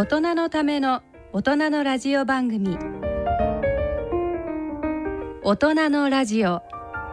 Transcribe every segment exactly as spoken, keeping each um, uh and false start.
大人のための大人のラジオ番組、大人のラジオ。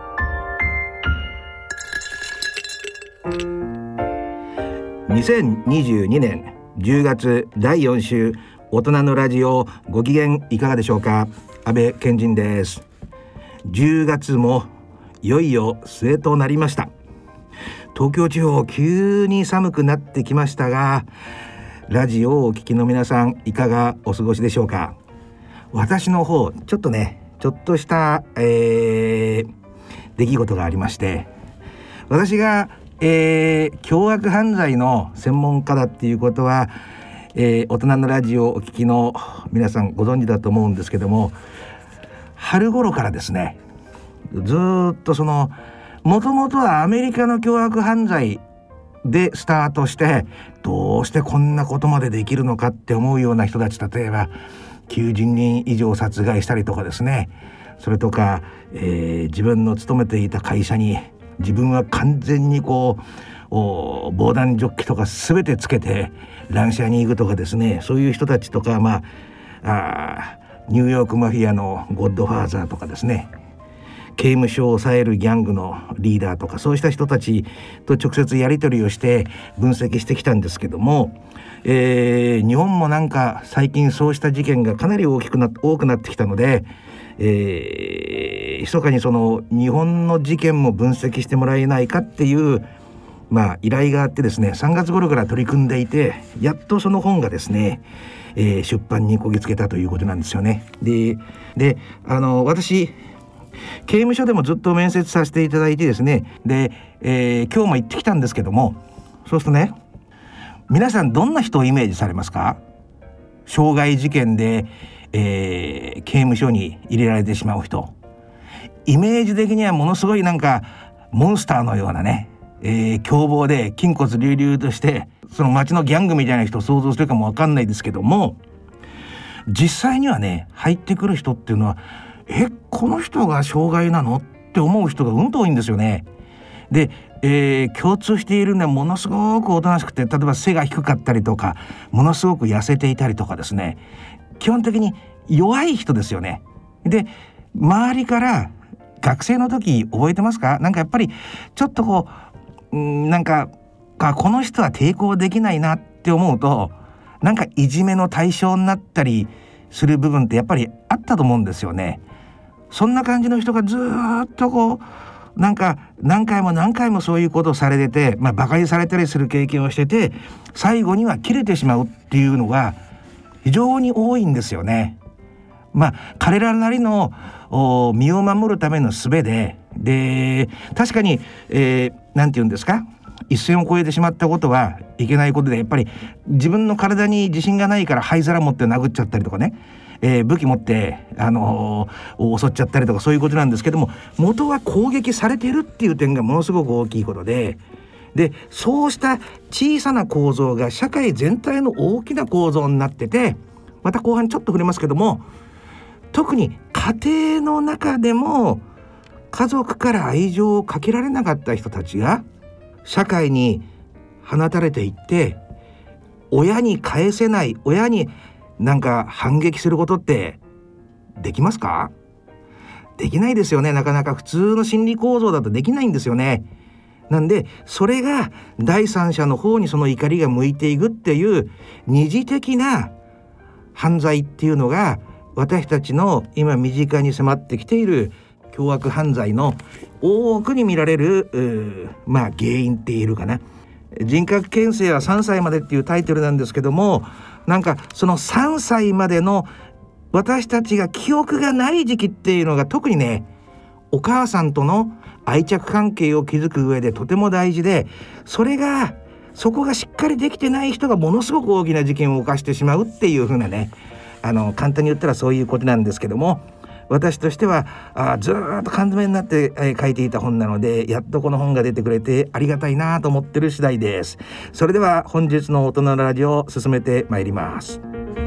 にせんにじゅうにねんじゅうがつだいよん週大人のラジオ、ご機嫌いかがでしょうか。安倍健人です。じゅうがつもいよいよ末となりました。東京地方急に寒くなってきましたが、ラジオをお聞きの皆さんいかがお過ごしでしょうか。私の方ちょっとねちょっとした、えー、出来事がありまして、私が、えー、凶悪犯罪の専門家だっていうことは、えー、大人のラジオをお聞きの皆さんご存知だと思うんですけども、春頃からですね、ずっとそのもともとはアメリカの凶悪犯罪でスタートして、どうしてこんなことまでできるのかって思うような人たち、例えばきゅうじゅうにん以上殺害したりとかですね、それとか、えー、自分の勤めていた会社に自分は完全にこう防弾ジョッキとか全てつけて乱射に行くとかですね、そういう人たちとか、まあ、あニューヨークマフィアのゴッドファーザーとかですね、刑務所を抑えるギャングのリーダーとか、そうした人たちと直接やり取りをして分析してきたんですけども、えー、日本もなんか最近そうした事件がかなり大きくな多くなってきたので、えー、密かにその日本の事件も分析してもらえないかっていう、まあ、依頼があってですね、さんがつ頃から取り組んでいて、やっとその本がですね、えー、出版にこぎつけたということなんですよね。で、であの私刑務所でもずっと面接させていただいてですね、で、えー、今日も行ってきたんですけども、そうするとね、皆さんどんな人をイメージされますか？傷害事件で、えー、刑務所に入れられてしまう人、イメージ的にはものすごいなんかモンスターのようなね、えー、凶暴で筋骨隆々として、その街のギャングみたいな人を想像するかもわかんないですけども、実際にはね、入ってくる人っていうのは、えこの人が障害なのって思う人がうんと多いんですよね。で、えー、共通しているのはものすごくおとなしくて、例えば背が低かったりとか、ものすごく痩せていたりとかですね、基本的に弱い人ですよね。で、周りから学生の時覚えてますか？なんかやっぱりちょっとこう、んなんかこの人は抵抗できないなって思うと、なんかいじめの対象になったりする部分ってやっぱりあったと思うんですよね。そんな感じの人がずっとこうなんか何回も何回もそういうことをされてて、まあ、馬鹿にされたりする経験をしてて、最後には切れてしまうっていうのが非常に多いんですよね。まあ彼らなりの身を守るための術で、で確かに、えー、なんて言うんですか、一線を越えてしまったことはいけないことで、やっぱり自分の体に自信がないから灰皿持って殴っちゃったりとかね、えー、武器持って、あのー、襲っちゃったりとか、そういうことなんですけども、元は攻撃されてるっていう点がものすごく大きいことで、でそうした小さな構造が社会全体の大きな構造になってて、また後半ちょっと触れますけども、特に家庭の中でも家族から愛情をかけられなかった人たちが社会に放たれていって、親に返せない、親になんか反撃することってできますか？できないですよね。なかなか普通の心理構造だとできないんですよね。なんでそれが第三者の方にその怒りが向いていくっていう二次的な犯罪っていうのが、私たちの今身近に迫ってきている凶悪犯罪の多くに見られる、まあ原因って言えるかな。人格形成はさんさいまでっていうタイトルなんですけども、なんかそのさんさいまでの私たちが記憶がない時期っていうのが、特にね、お母さんとの愛着関係を築く上でとても大事で、それがそこがしっかりできてない人がものすごく大きな事件を犯してしまうっていう風なね、あの簡単に言ったらそういうことなんですけども、私としてはあずっと缶詰になって、えー、書いていた本なので、やっとこの本が出てくれてありがたいなと思ってる次第です。それでは本日の大人のラジオを進めてまいります。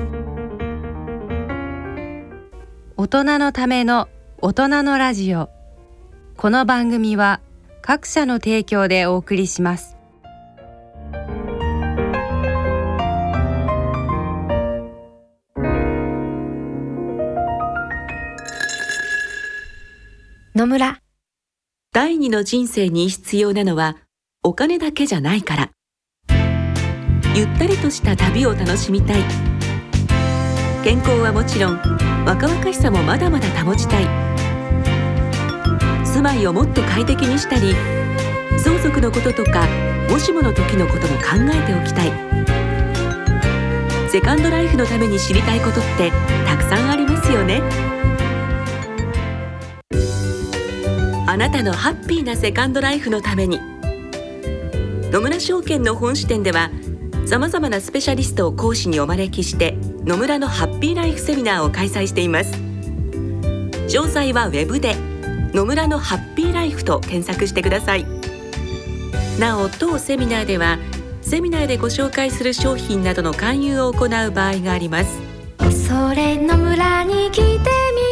大人のための大人のラジオ。この番組は各社の提供でお送りします。 野村。 第二の人生に必要なのはお金だけじゃないから。ゆったりとした旅を楽しみたい。健康はもちろん若々しさもまだまだ保ちたい。住まいをもっと快適にしたり、相続のこととかもしもの時のことも考えておきたい。セカンドライフのために知りたいことってたくさんありますよね。あなたのハッピーなセカンドライフのために、野村証券の本支店ではさまざまなスペシャリストを講師にお招きして野村のハッピーライフセミナーを開催しています。詳細はウェブで野村のハッピーライフと検索してください。なお当セミナーではセミナーでご紹介する商品などの勧誘を行う場合があります。 それ野村に来てみよ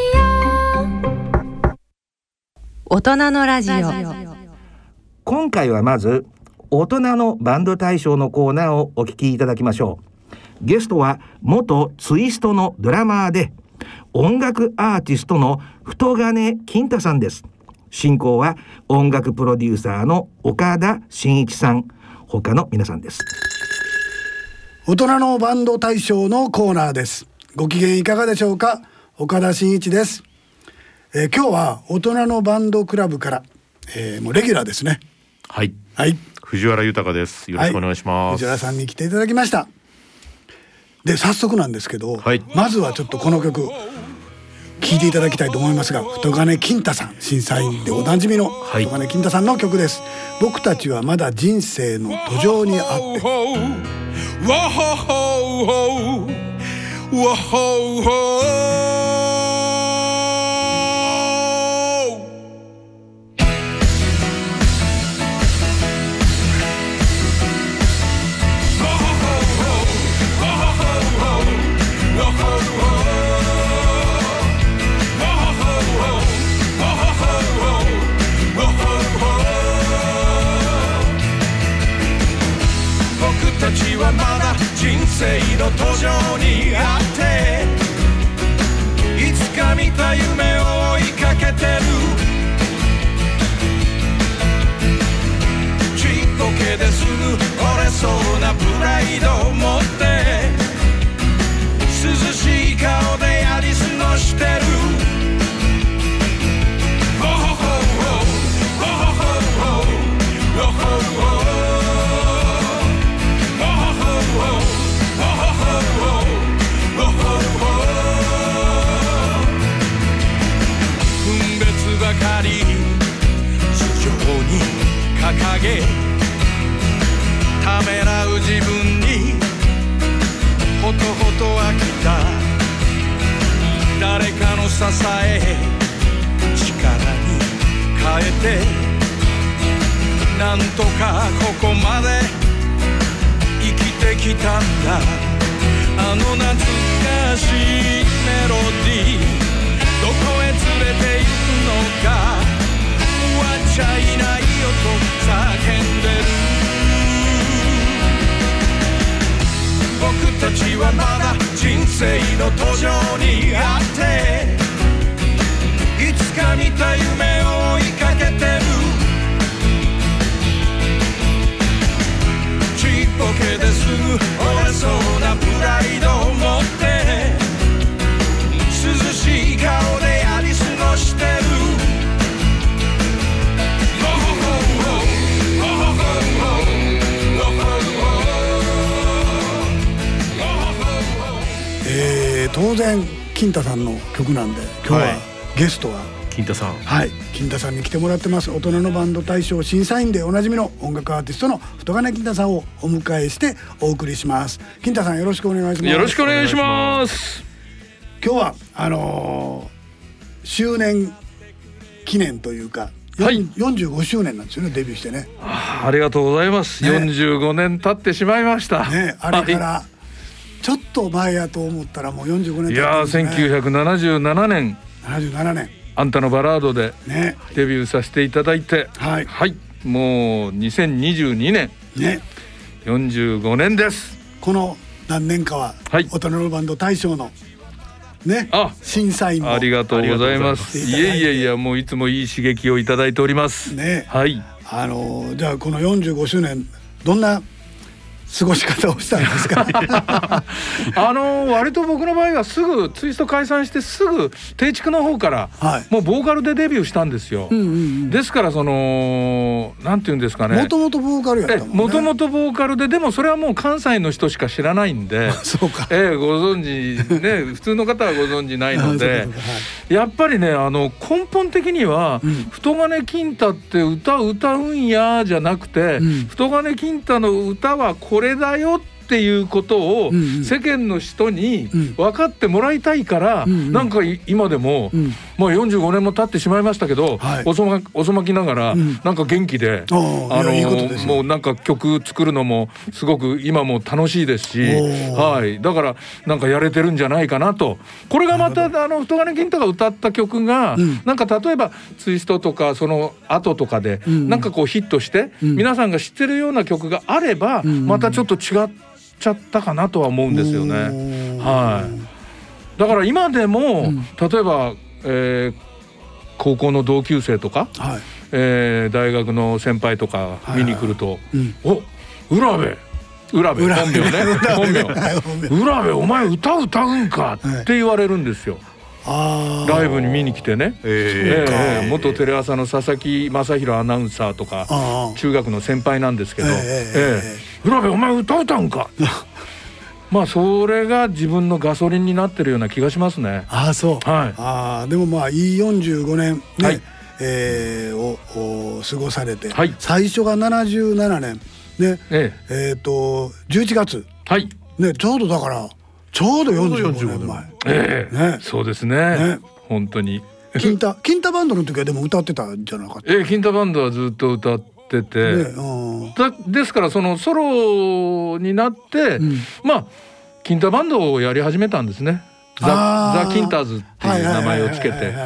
う。 大人のラジオ。 今回はまず大人のバンド大賞のコーナーをお聞きいただきましょう。ゲストは元ツイストのドラマーで音楽アーティストの太金金太さんです。進行は音楽プロデューサーの岡田真一さん、他の皆さんです。 大人のバンド大賞のコーナーです。ご機嫌いかがでしょうか。岡田真一です。えー、今日は大人のバンドクラブから、えー、もうレギュラーですね。 はい、 はい、 藤原豊です。よろしくお願いします。 はい、藤原さんに来ていただきました。で早速なんですけど、はい、まずはちょっとこの曲聴いていただきたいと思いますが、太金金太さん、審査員でおなじみの太金金太さんの曲です。僕たちはまだ人生の途上にあって。 僕たちはまだ人生の途上にあって、いつか見た夢を追いかけてる。ちっぽけですぐ折れそうなプライドを持って、涼しい顔でやり過ごしてる。ばかり頭上に掲げ、ためらう自分にほとほと飽きた。誰かの支え力に変えて、なんとかここまで生きてきたんだ。あの懐かしいメロディー、どこへ連れて行くのか、終わっちゃいないよと叫んでる。僕たちはまだ人生の途上にあって、いつか見た夢を追いかけてる。ちっぽけですぐ折れそうなプライドを持って、涼しい顔でやり過ごしてる。 えー、当然金太さんの曲なんで、今日は、はい、ゲストは金太さん、 はい、金太さんに来てもらってます。大人のバンド大賞審査員でおなじみの音楽アーティストの太金金太さんをお迎えしてお送りします。金太さん、よろしくお願いします。 よろしくお願いします。 今日はあのー、周年記念というか、はい、よんじゅうごしゅうねんなんですよね、デビューしてね。 あ, ありがとうございます、ね、よんじゅうごねん経ってしまいました、 ね、あれからちょっと前やと思ったらもうよんじゅうごねん経ってますね。 いやせんきゅうひゃくななじゅうななねんななじゅうななねんあんたのバラードでデビューさせていただいて、ね、はい、はい、もうにせんにじゅうにねん、ね、よんじゅうごねんです。 この何年かは、はい、大人のバンド大賞のね、あ、審査員もありがとうございます。いえいえいや、もういつもいい刺激をいただいておりますね。はい。 あのじゃあこのよんじゅうごしゅうねんどんな過ごし方をしたんですか？ あの割と僕の場合はすぐツイスト解散してすぐ定築の方から、はい、もうボーカルでデビューしたんですよ、うんうんうん、ですからそのなんていうんですかね、 もともとボーカルやったもんね。 もともとボーカルで、でもそれはもう関西の人しか知らないんでそうか、 えー、ご存知ね普通の方はご存知ないのではい、やっぱりねあの根本的には、うん、太金金太って歌歌うんやじゃなくて、うん、太金金太の歌はこれだよっていうことを世間の人に分かってもらいたいから、うんうん、なんか今でも、うん、まあよんじゅうごねんも経ってしまいましたけど、はい、遅ま、遅まきながら、うん、なんか元気で、あのいいもうなんか曲作るのもすごく今も楽しいですし、はい、だからなんかやれてるんじゃないかなと。これがまたあの太金金太が歌った曲が、うん、なんか例えばツイストとかその後とかで、うん、なんかこうヒットして、うん、皆さんが知ってるような曲があれば、うん、またちょっと違ってちゃったかなとは思うんですよね。はい。だから今でも、うん、例えば、えー、高校の同級生とか、はい、えー、大学の先輩とか見に来ると、はいはい、うん、お、浦部浦部本名ね本名浦部お前歌歌うんかって言われるんですよ。あライブに見に来てね、えーえー、元テレ朝の佐々木正宏アナウンサーとか中学の先輩なんですけど、えーえー、浦部お前歌歌うんかまあそれが自分のガソリンになってるような気がしますね。 ああそう、はい、あでもまあいいよんじゅうごねんね、はい、えー、を過ごされて、はい、最初がななじゅうななねんね、えー、えーとじゅういちがつ、はい、ね、ちょうどだからちょうどよんじゅうごねんまえ、 えーね、そうです ね, ね本当に金太金太バンドの時はでも歌ってたんじゃなかった？ えー、金太バンドはずっと歌ってて、ね、だですからそのソロになって、うん、まあ金太バンドをやり始めたんですね。ザ・ザ・キンターズっていう名前をつけて、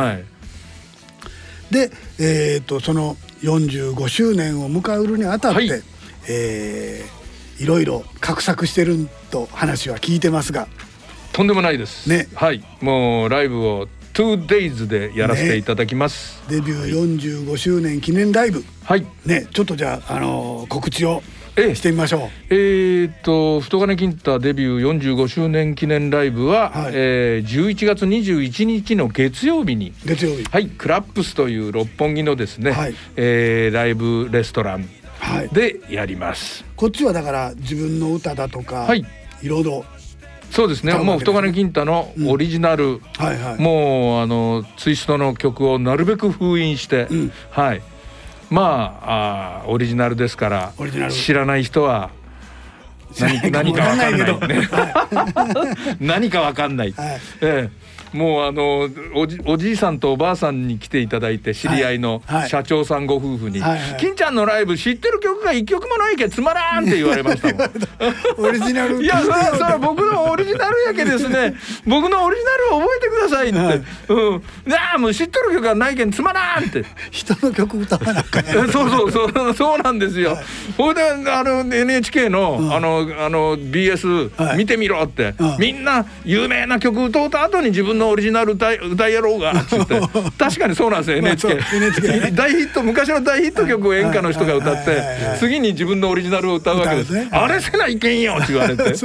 で、えー、とそのよんじゅうごしゅうねんを迎えるにあたって、はい、えーいろいろ画策してると話は聞いてますが。 とんでもないです、ね、はい、もうライブを ツーデイズ でやらせていただきます、 ね、デビューよんじゅうごしゅうねん記念ライブ、はいね、ちょっとじゃあ、あのー、告知をしてみましょう。 えー、えー、っと太金金太デビューよんじゅうごしゅうねん記念ライブは、はい、えー、じゅういちがつにじゅういちにちの月曜日に月曜日、 はい、クラップスという六本木のですね、はい、えー、ライブレストランでやります、 はい、こっちはだから自分の歌だとか、はい、いろいろそうですね、もう太金金太のオリジナル、うん、はいはい、もうあのツイストの曲をなるべく封印して、うん、はい、まあ、あオリジナルですから知らない人は何, 何か分かんないね、はい、何か分かんない、はい、ええ、もうあの お, じおじいさんとおばあさんに来ていただいて、知り合いの社長さんご夫婦に、はいはいはい、金ちゃんのライブ知ってる曲が一曲もないけどつまらんって言われましたもんオリジナルいやそれはそれは僕のオリジナルやけですね僕のオリジナルを覚えてくださいって、はい、うん、ああもう知ってる曲がないけどつまらんって人の曲歌わなかったそうそうそうそうなんですよ、はい、ほいであの エヌエイチケー の、うん、あのあの ビーエス 見てみろって、はい、みんな有名な曲歌うた後に自分のオリジナル歌い、歌いやろうがっつって確かにそうなんですよ エヌエイチケー、まあ、エヌエイチケーね、大ヒット昔の大ヒット曲を演歌の人が歌って次に自分のオリジナルを歌うわけです、ね、あれせないけんよって言われて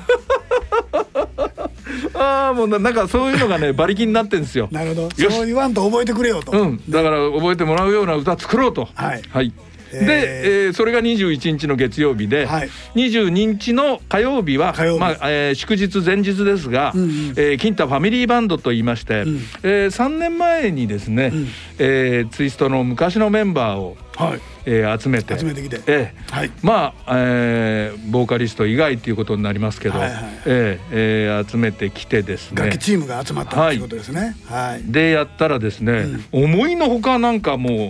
ああもうなんかそういうのがね馬力になってんですよ。 なるほど、そう言わんと覚えてくれよと、 うん、だから覚えてもらうような歌作ろうと、はい、はい、で、えー、それがにじゅういちにちの月曜日で、はい、にじゅうににちの火曜日は日、まあえー、祝日前日ですが、うんうん、えー、金太ファミリーバンドといいまして、うん、えー、さんねんまえにですね、うん、えー、ツイストの昔のメンバーを、はい、えー、集めて集めてきて、 えーはい、まあ、えー、ボーカリスト以外ということになりますけど、はいはい、えーえー、集めてきてですね、 楽器チームが集まったということですね、はいはい、 でやったらですね、うん、思いのほかなんかもう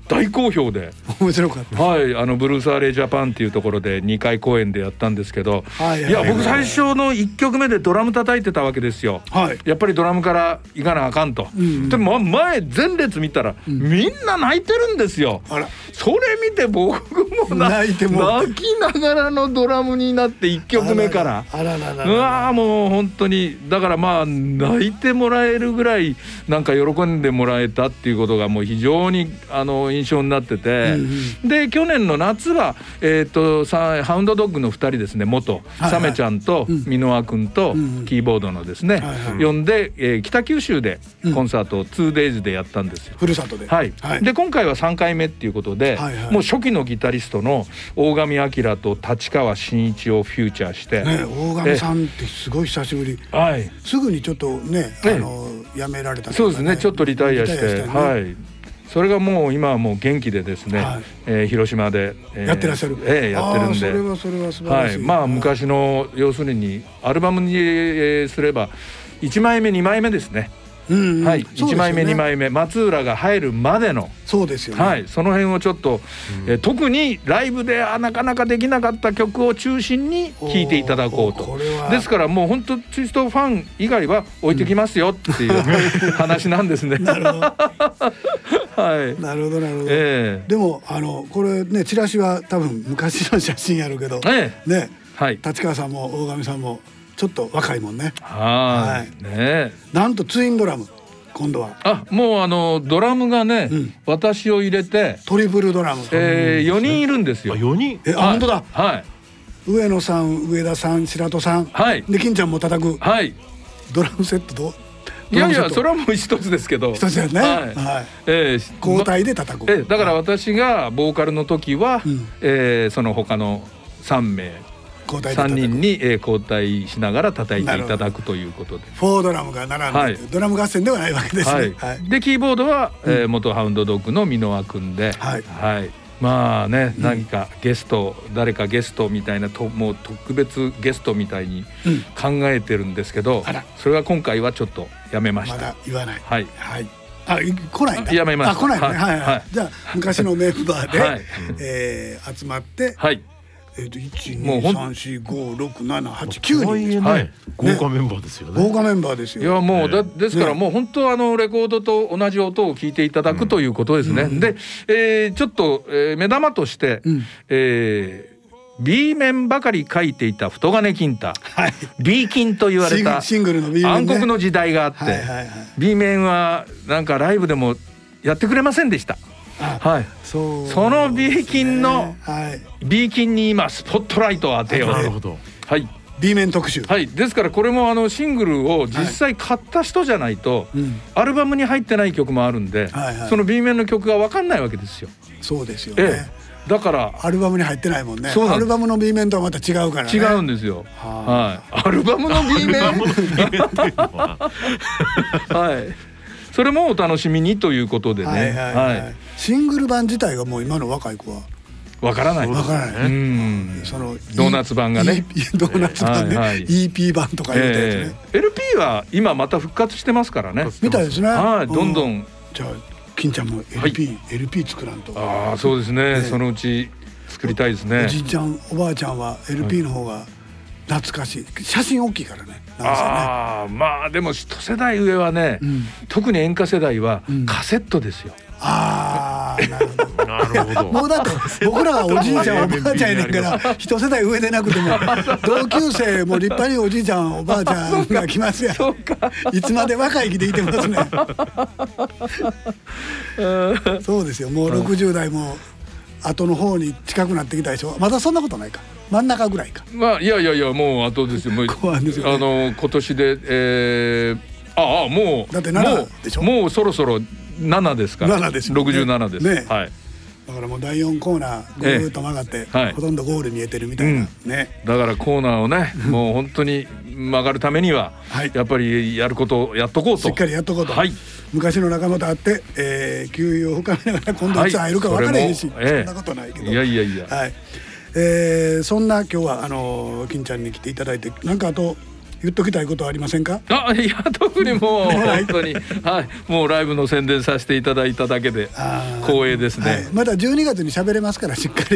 大好評で面白かった。 はい、あのブルースアレイジャパンっていうところでにかい公演でやったんですけど、 はいはいはい、 いや僕最初のいっきょくめでドラム叩いてたわけですよ、はい、やっぱりドラムから行かなあかんと、うんうん、でも前前列見たら、うん、みんな泣いてるんですよ。あら、それ見て僕も泣いても泣きながらのドラムになっていっきょくめからあららららら、 うわーもう本当にだからまあ泣いてもらえるぐらいなんか喜んでもらえたっていうことがもう非常にあの印象になってて、うんうん、で去年の夏は、えー、とさハウンドドッグのふたりですね、元、はいはい、サメちゃんと箕輪くんとキーボードのですね、はいはい、呼んで、えー、北九州でコンサートを ツーデイズ でやったんですよ、 ふるさとで、 はいはい、で今回はさんかいめっていうことで、はいはい、もう初期のギタリストの大神明と立川真一をフューチャーして、ね、 大神さんってすごい久しぶり、はい、すぐにちょっとねあの辞められた、ね、 そうですね、ちょっとリタイアして、ね、はい、それがもう今はもう元気でですね、はい、えー、広島で、 えー、やってらっしゃる、 えー、やってるんで、 それはそれは素晴らしい、 はい、まあ昔の要するにアルバムに、えー、すればいちまいめにまいめですね、うんうん、はい、ね、いちまいめにまいめ松浦が入るまでの、 そうですよね、 はい、その辺をちょっと、うん、えー、特にライブであなかなかできなかった曲を中心に聴いていただこうと。ですからもう本当ツイストファン以外は置いてきますよっていう、うん、話なんですね。 なるほどはい、なるほどなるほど、えー、でもあのこれねチラシは多分昔の写真やるけど、えー、ね、はい、立川さんも大神さんもちょっと若いもんね。 はい、ね、 なんとツインドラム今度はあもうあのドラムがね、うん、私を入れてトリプルドラム、 えー、よにんいるんですよ。 よにん、 え、あ、本当だ、 はい、 上野さん、上田さん、白戸さん、はい、で金ちゃんも叩く、はい、ドラムセットどう？ いやいやそれはもう一つですけど、 一つですね、はい、はい、えー、交代で叩く、 えー、だから私がボーカルの時は、うん、えー、その他のさんめいさんにんに交代しながら叩いていただくということで、 フォードラムが並んで、はい、ドラム合戦ではないわけですね、はいはい、でキーボードは、うん、えー、元ハウンドドッグの箕輪くんで、はい、はい、まあね、うん、何かゲスト誰かゲストみたいなともう特別ゲストみたいに考えてるんですけど、うん、それは今回はちょっとやめました。 まだ言わない、 はい、 はい、あ、来ないんだ。 やめました。 あ、来ないね、はいはい、はい、じゃあ昔のメンバーで、はい、えー、集まって、はい、えー、といち、に、さん、よん、ご、ろく、なな、はち、きゅうにんです、 はい、豪華メンバーですよね。 豪華メンバーですよ。 いやもうだですからもう本当あのレコードと同じ音を聞いていただくということですね、うん、で、えー、ちょっと、えー、目玉として、うん、えーB 面ばかり書いていた太金金太、はい、B 金と言われたシングルの B 面、ね、 暗黒の時代があって、はいはいはい、B 面はなんかライブでもやってくれませんでした。はい、そうその B 金の、はい、B 金に今スポットライトを当てようと、なるほど、はい、 B 面特集、 はい、ですからこれもあのシングルを実際買った人じゃないと、はい、うん、アルバムに入ってない曲もあるんで、はいはい、その B 面の曲が分かんないわけですよ。 そうですよね、ええ、 だからアルバムに入ってないもんね。アルバムの B 面とはまた違うからね。 違うんですよ。はい。アルバムの B 面はい。それもお楽しみにということでね。はいはいはいはい、 シングル版自体がもう今の若い子はわからない。 わからない。うん。 そのドーナツ版がね。 ドーナツ版ね。はいはい、イーピー 版とか言うたやつね、 えー。エルピー は今また復活してますからね。 みたいですね。 はい。どんどん。 じゃあ金ちゃんも エルピー、はい、エルピー 作らんと。 ああそうですね、ね、そのうち作りたいですね。 おじいちゃんおばあちゃんは エルピー の方が懐かしい、はい、写真大きいからね。なんね、 ああまあでも一世代上はね、うん、特に演歌世代はカセットですよ、うん、 ああなるほどなるほどもうだって僕らはおじいちゃんおばあちゃんやねんから一世代上でなくても同級生も立派におじいちゃんおばあちゃんが来ますやんいつまで若い気でいてますねそうですよ、もうろくじゅう代も後の方に近くなってきたでしょ。まだそんなことないか、真ん中ぐらいか。 まあいやいやいやもう後ですよ。もう後半ですよね。あの今年で、えー、ああもうだってななでしょ。 もうそろそろななですから。 ななですよね。 ろくじゅうななです。ね、はい。 だからもうだいよんコーナーぐーっと曲がって、ええ、ほとんどゴール見えてるみたいな、うん、ね。 だからコーナーをねもう本当に曲がるためには、はい、やっぱりやることをやっとこうと。 しっかりやっとこうと。はい。昔の仲間と会って、えー、給油を深めながら今度いつ会えるか分からへんし、はい、そ, ええ、そんなことないけど。 いやいやいや。 はい。えー、そんな今日はあの金ちゃんに来ていただいて、なんかあと言っときたいことはありませんか？ あ、いや特にもう本当に、はい、もうライブの宣伝させていただいただけで光栄ですね、はい、 またじゅうにがつに喋れますからしっかり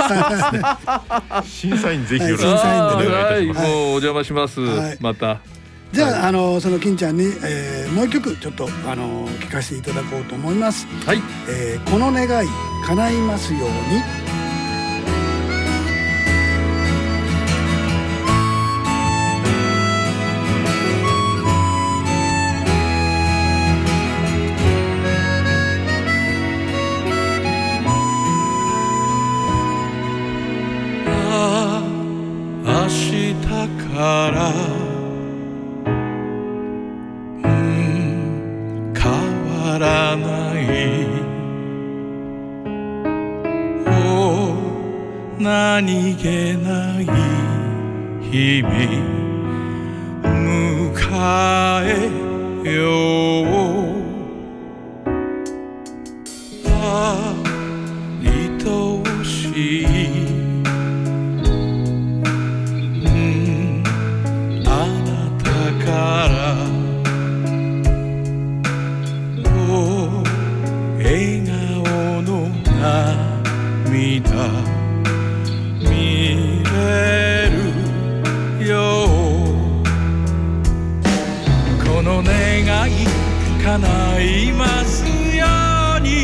審査員ぜひよろしく審査員でね、 はい、もうお邪魔します、はい、またじゃあ、はい、あのその金ちゃんに、えー、もう一曲ちょっとあの聞かせていただこうと思います。 はい、 えー、この願い叶いますように。 明日から変わらないお何気ない日々迎えようあ愛しい笑顔の涙見れるよこの願い叶いますように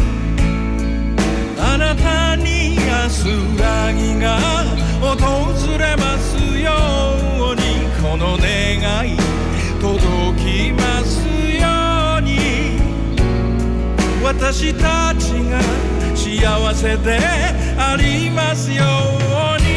あなたに安らぎが訪れますようにこの願い届きますように私たちが幸せでありますように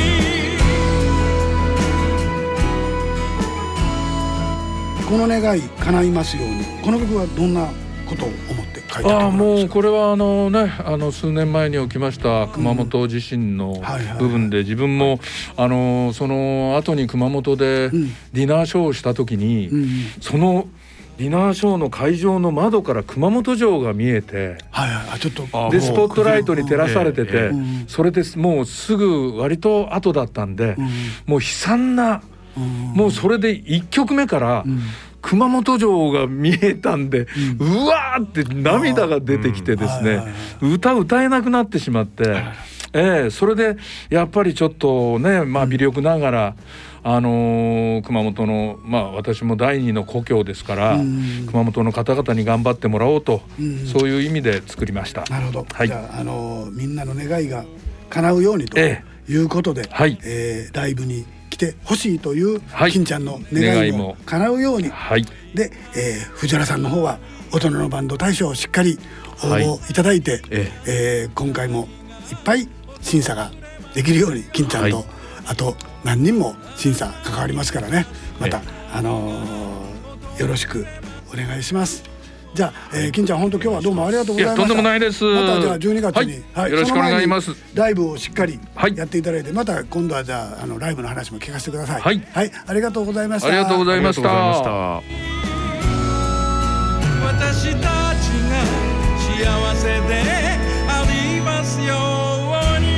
この願い叶いますように。この曲はどんなことを思って書いた曲なんですか？ あもうこれはあのねあの数年前に起きました熊本地震の部分で自分もあのその後に熊本でディナーショーをした時に、うんうん、そのディナーショーの会場の窓から熊本城が見えて、 はいはい、ちょっとでスポットライトに照らされてて、えー、それでもうすぐ割と後だったんで、うん、もう悲惨な、うん、もうそれでいっきょくめから、うん熊本城が見えたんで、うん、うわーって涙が出てきてですね、うん、歌歌えなくなってしまって、えー、それでやっぱりちょっとね、まあ、微力ながら、うんあのー、熊本の、まあ、私も第二の故郷ですから、うん、熊本の方々に頑張ってもらおうと、うん、そういう意味で作りました。 なるほど、はい、じゃあ、あのー、みんなの願いが叶うようにということで、えーはいえー、ライブに来てほしいという金ちゃんの願いも叶うように、はい、で、えー、藤原さんの方は大人のバンド大賞をしっかり応募いただいて、はいええー、今回もいっぱい審査ができるように金ちゃんと、はい、あと何人も審査関わりますからねまた、あのー、よろしくお願いします。じゃあ、えー、金ちゃん本当今日はどうもありがとうございました。 いやとんでもないです。 またじゃあじゅうにがつに、 はいはい、よろしくお願いします。 ライブをしっかりやっていただいて、はい、また今度はじゃあ、あのライブの話も聞かせてください。はい、はい、ありがとうございました。 ありがとうございました。 私たちが幸せでありますように。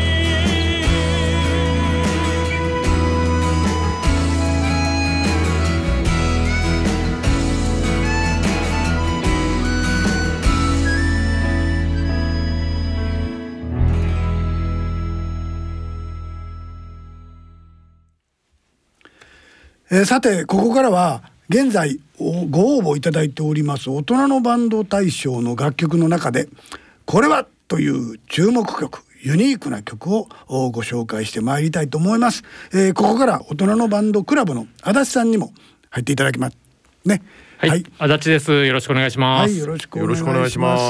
えー、さてここからは現在ご応募いただいております大人のバンド大賞の楽曲の中でこれはという注目曲ユニークな曲をご紹介してまいりたいと思います。えー、ここから大人のバンドクラブの足立さんにも入っていただきますね。 はい、はい、足立です。よろしくお願いします。 はい、よろしくお願いします。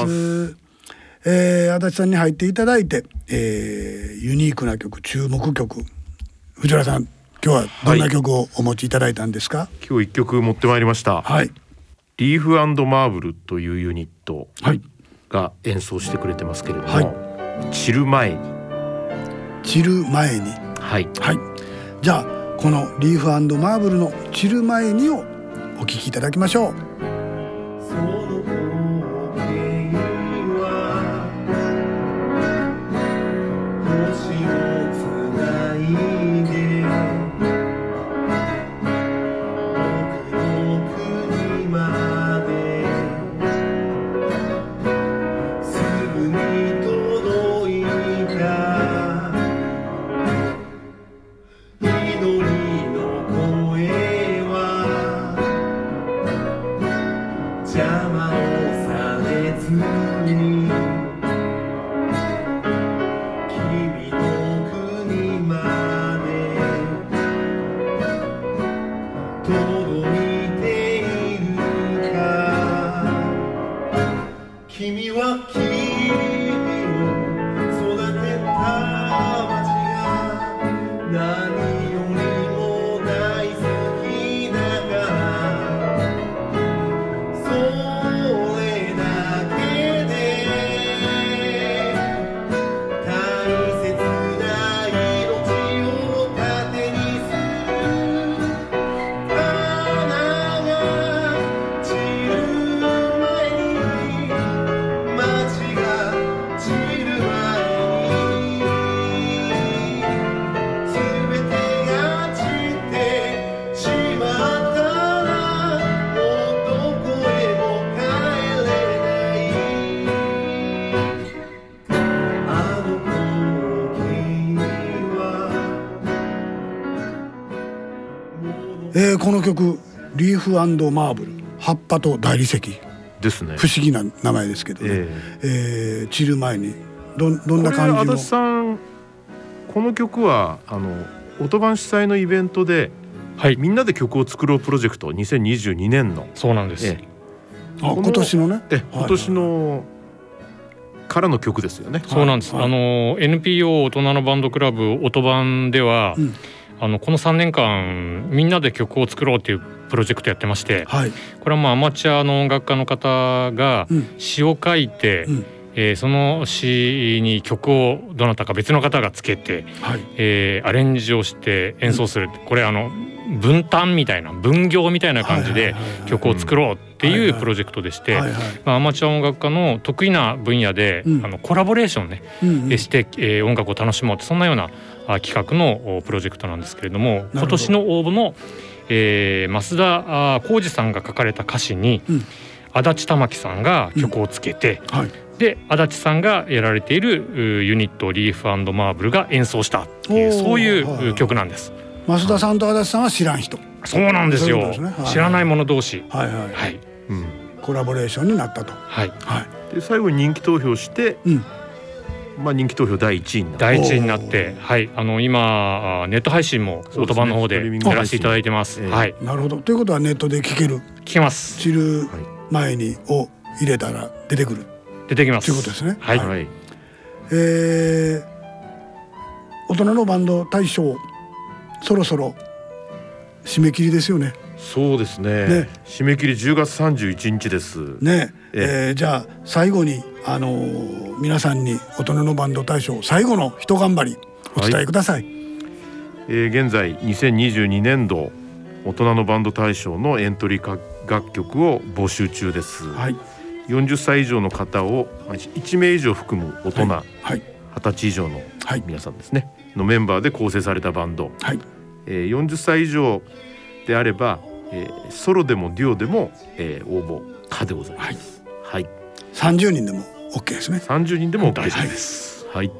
えー、足立さんに入っていただいて、えー、ユニークな曲注目曲藤原さん今日はどんな曲をお持ちいただいたんですか？はい、 今日一曲持ってまいりました。はい、リーフ&マーブルというユニットが演奏してくれてますけれども、はい、散る前に散る前にはい、 はい、じゃあこのリーフ&マーブルの散る前にをお聴きいただきましょう。 えー、この曲リーフ&マーブル、葉っぱと大理石ですね。 不思議な名前ですけどね、えーえー、散る前に ど, どんな感じの。 これ足立さん、この曲はあの音版主催のイベントで、はい、みんなで曲を作ろうプロジェクトにせんにじゅうにねんの。 そうなんです、 えー、あ今年のね、 え今年のからの曲ですよね。 そうなんです、はい、あの エヌピーオー 大人のバンドクラブ音版では、うん、あのこのさんねんかんみんなで曲を作ろうっていうプロジェクトやってまして、はい、これはまあアマチュアの音楽家の方が詩を書いて、うんえー、その詩に曲をどなたか別の方がつけて、はいえー、アレンジをして演奏する、うん、これあの分担みたいな分業みたいな感じで曲を作ろうっていうプロジェクトでして、アマチュア音楽家の得意な分野で、うん、あのコラボレーションね、うんうん、して、えー、音楽を楽しもうってそんなような企画のプロジェクトなんですけれども、今年の応募の、えー、増田浩二さんが書かれた歌詞に、うん、足立玉樹さんが曲をつけて、うんはいで足立さんがやられているユニットリーフ&マーブルが演奏したっていうそういう曲なんです。 増田さんと足立さんは知らん人。 そうなんですよ。すねはい、知らない者同士、 はいはいはいうん、コラボレーションになったと。 はいはい、で最後に人気投票して、うんまあ、人気投票だいいちいになってだいいちいになって、はい、あの今ネット配信も音版の方でやらせていただいてます。はい、 なるほど。ということはネットで聴ける。 聴けます。 知る前にを入れたら出てくる。 出てきます。 ということですね。 はい。 はい、えー、大人のバンド大賞そろそろ締め切りですよね。 そうですね。ね締め切りじゅうがつさんじゅういちにちです。 ねええー、じゃあ最後にあのー、皆さんに大人のバンド大賞最後の一頑張りお伝えください。はいえー、現在にせんにじゅうにねんど大人のバンド大賞のエントリー楽曲を募集中です。はい。よんじゅっさい以上の方をいちめい以上含む大人、はいはい、はたち以上の皆さんですね、はい、のメンバーで構成されたバンド、はいえー、よんじゅっさい以上であれば、えー、ソロでもデュオでも、えー、応募可でございます、はいはい、 さんじゅうにんでも OK ですね。 さんじゅうにんでも OK です、はいはい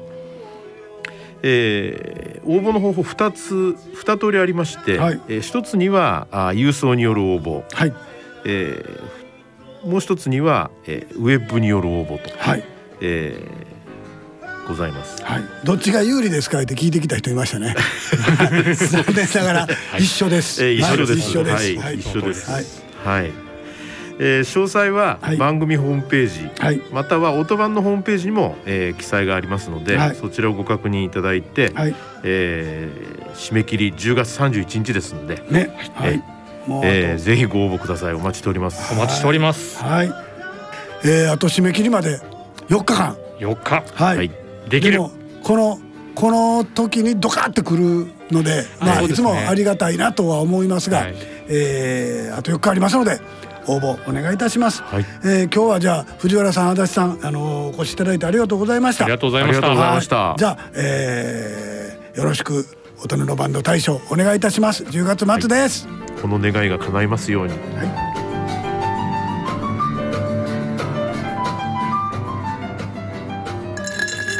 えー、応募の方法ふたつに通りありまして、はいえー、ひとつにはあ郵送による応募、はいえーもう一つには、えー、ウェブによる応募と、はいえー、ございます、はい、 どっちが有利ですかって聞いてきた人いましたね。残念ながら一緒です、 はいえー、一緒です、 一緒です、 はいはい、一緒です、はいはいえー、詳細は番組ホームページ、はい、または音版のホームページにも、えー、記載がありますので、はい、そちらをご確認いただいて、はいえー、締め切りじゅうがつさんじゅういちにちですので、ねはいえーえー、ぜひご応募ください。お待ちしております。 お待ちしております。 はい、えー、あと締め切りまでよっかかん。 よっかはい、はい、 できる。 でもこのこの時にドカってくるので、まあ、いつもありがたいなとは思いますが、はいえー、あとよっかありますので応募お願いいたします。はいえー、今日はじゃあ藤原さん、足立さん、あのー、お越しいただいてありがとうございました。 ありがとうございました。ありがとうございました。 じゃあ、えー、よろしく大人のバンド大賞お願いいたします。じゅうがつ末です。 はいこの願いが叶いますように、はい、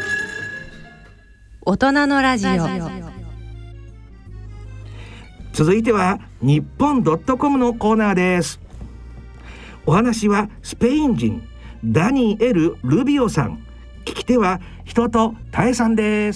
大人のラジオ。 続いては日本 .com のコーナーです。お話はスペイン人ダニエル・ルビオさん、聞き手は人とタエさんです。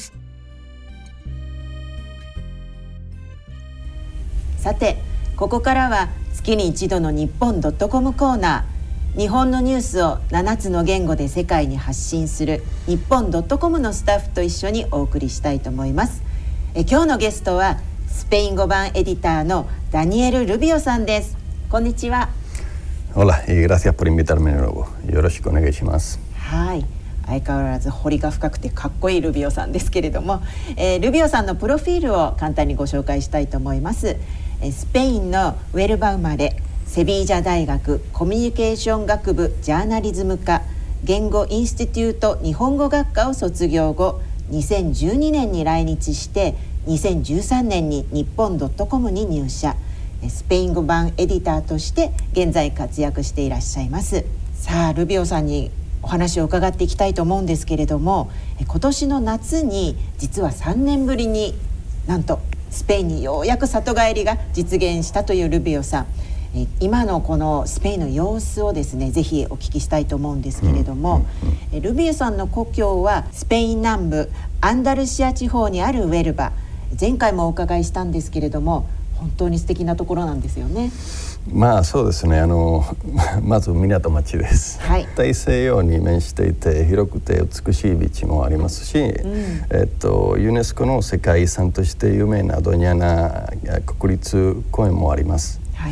さてここからは月に一度の日本 .com コーナー、日本のニュースをななつの言語で世界に発信する日本 .com のスタッフと一緒にお送りしたいと思います。え今日のゲストはスペイン語版エディターのダニエル・ルビオさんです。こんにちは。 Hola y gracias por invitarme de nuevo. よろしくお願いします。 はい、相変わらず彫りが深くてかっこいいルビオさんですけれども、えー、ルビオさんのプロフィールを簡単にご紹介したいと思います。スペインのウェルバ生まれ、セビージャ大学コミュニケーション学部ジャーナリズム科言語インスティテュート日本語学科を卒業後、にせんじゅうにねんに来日してにせんじゅうさんねんに日本 .com に入社、スペイン語版エディターとして現在活躍していらっしゃいます。さあルビオさんにお話を伺っていきたいと思うんですけれども、今年の夏に実はさんねんぶりになんとスペインにようやく里帰りが実現したというルビオさん、え今のこのスペインの様子をですねぜひお聞きしたいと思うんですけれども、うんうん、ルビオさんの故郷はスペイン南部アンダルシア地方にあるウェルバ。前回もお伺いしたんですけれども本当に素敵なところなんですよね。 まあそうですね、あのまず港町です、はい、大西洋に面していて広くて美しいビーチもありますし、うん、えっと、ユネスコの世界遺産として有名なドニャナ国立公園もあります、はい、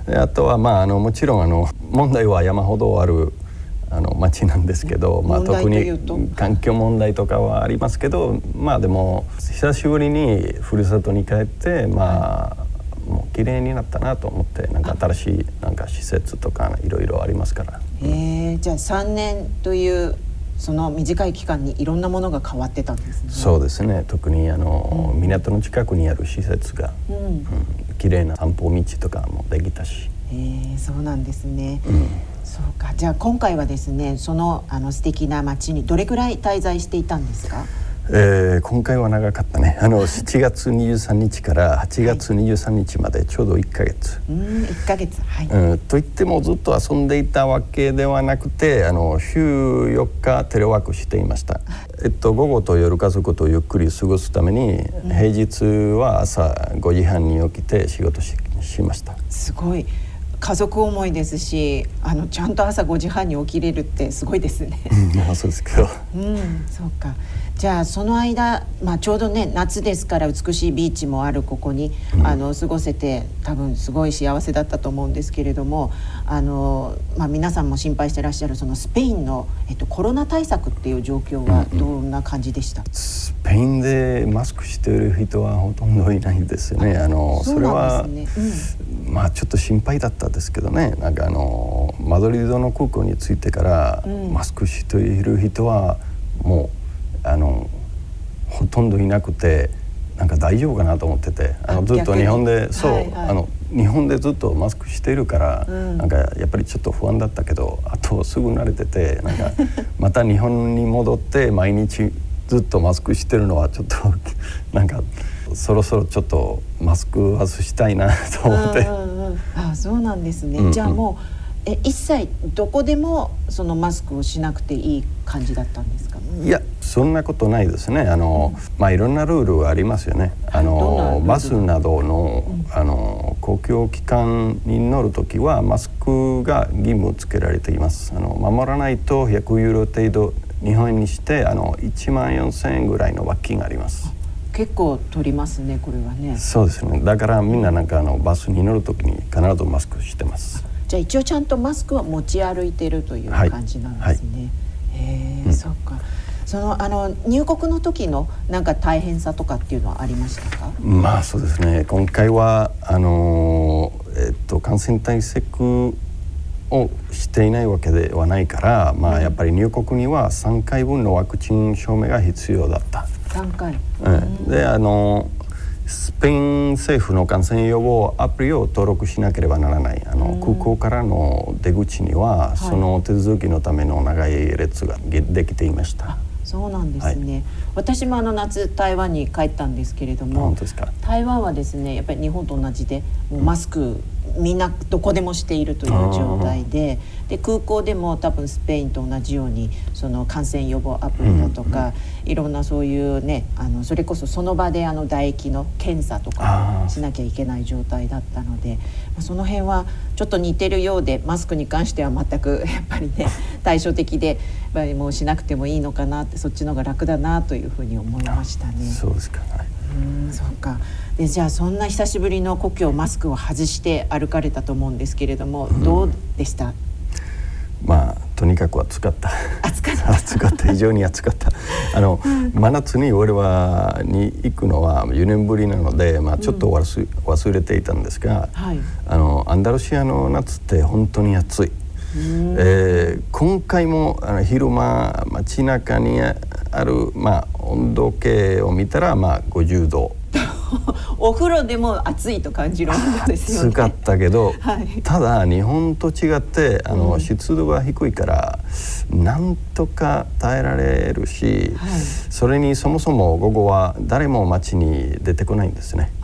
あとは、まあ、あのもちろんあの問題は山ほどあるあの町なんですけど、まあ、特に環境問題とかはありますけど、まあでも久しぶりにふるさとに帰って、まあもう綺麗になったなと思って、なんか新しいなんか施設とかいろいろありますから。 へえ、じゃあさんねんというその短い期間にいろんなものが変わってたんですね。 そうですね、特にあの、うん、港の近くにある施設が、うんうん、綺麗な散歩道とかもできたし。 へえ、そうなんですね、うん、そうか。じゃあ今回はですねそのあの素敵な街にどれくらい滞在していたんですか？ えー、今回は長かったね。あのしちがつにじゅうさんにちからはちがつにじゅうさんにちまでちょうどいっかげつ、 うん、いっかげつ、はい、 うん、といってもずっと遊んでいたわけではなくて、あの週よっかテレワークしていました。えっと、午後と夜家族とゆっくり過ごすために、うん、平日は朝ごじはんに起きて仕事 し, しました。 すごい家族思いですし、あのちゃんと朝ごじはんに起きれるってすごいですね。 まあそうですけど、 うん、そうか。じゃあその間、まあ、ちょうどね夏ですから美しいビーチもあるここに、うん、あの過ごせて多分すごい幸せだったと思うんですけれども、あの、まあ、皆さんも心配してらっしゃるそのスペインの、えっと、コロナ対策っていう状況はどんな感じでした？うんうん、 スペインでマスクしている人はほとんどいないんですよね。あのそれは、ね、うん、まあちょっと心配だったですけどね。なんかあのマドリードの空港に着いてから、うん、マスクしている人はもうあのほとんどいなくて、なんか大丈夫かなと思ってて、あのずっと日本でそう、はいはい、あの日本でずっとマスクしているから、うん、なんかやっぱりちょっと不安だったけど、あとすぐ慣れてて、なんかまた日本に戻って毎日ずっとマスクしてるのはちょっとなんかそろそろちょっとマスク外したいなと思って。 うんうん、あ、そうなんですね。うんうん、じゃあもうえ一切どこでもそのマスクをしなくていい感じだったんですか？ いや、そんなことないですね。あの、うん、まあいろんなルールがありますよね。あのバスなどの、うん、あの公共機関に乗るときはマスクが義務付けられています。あの守らないとひゃくユーロ程度、日本円にしてあのいちまんよんせんえんぐらいの罰金があります。 結構取りますね、これはね。 そうですね。だからみんななんかあのバスに乗るときに必ずマスクしてます。 じゃあ一応ちゃんとマスクは持ち歩いてるという感じなんですね。はいはい、へえ、うん、そっか。そのあの入国の時のなんか大変さとかっていうのはありましたか？ まあそうですね。今回はあのえっと感染対策をしていないわけではないから、まあやっぱり入国にはさんかいぶんのワクチン証明が必要だった。 さんかい。 うん、であの。スペイン政府の感染予防アプリを登録しなければならない。あの空港からの出口には、はい、その手続きのための長い列ができていました。 そうなんですね。はい、私もあの夏台湾に帰ったんですけれども、 本当ですか？ 台湾はですね、やっぱり日本と同じでもうマスク、うんみんなどこでもしているという状態で、で空港でも多分スペインと同じようにその感染予防アプリだとか、うん、いろんなそういうね、あのそれこそその場であの唾液の検査とかしなきゃいけない状態だったので、その辺はちょっと似てるようで、マスクに関しては全くやっぱりね対照的で、やっぱりもうしなくてもいいのかなって、そっちの方が楽だなというふうに思いましたね。 そうですか、はい、 うん、そうか。でじゃあそんな久しぶりの故郷マスクを外して歩かれたと思うんですけれども、どうでした？うん、 まあとにかく暑かった。 暑かった。 暑かった。非常に暑かった。あの、うん、真夏に俺はに行くのはよねんぶりなので、まあちょっと忘れ、うん、忘れていたんですが、はい、あのアンダルシアの夏って本当に暑い。えー、今回もあの昼間街中にある、まあ、温度計を見たら、まあ、ごじゅうど。 お風呂でも暑いと感じる温度ですよね。 暑かったけど、はい、ただ日本と違ってあの、うん、湿度が低いからなんとか耐えられるし、はい、それにそもそも午後は誰も街に出てこないんですね。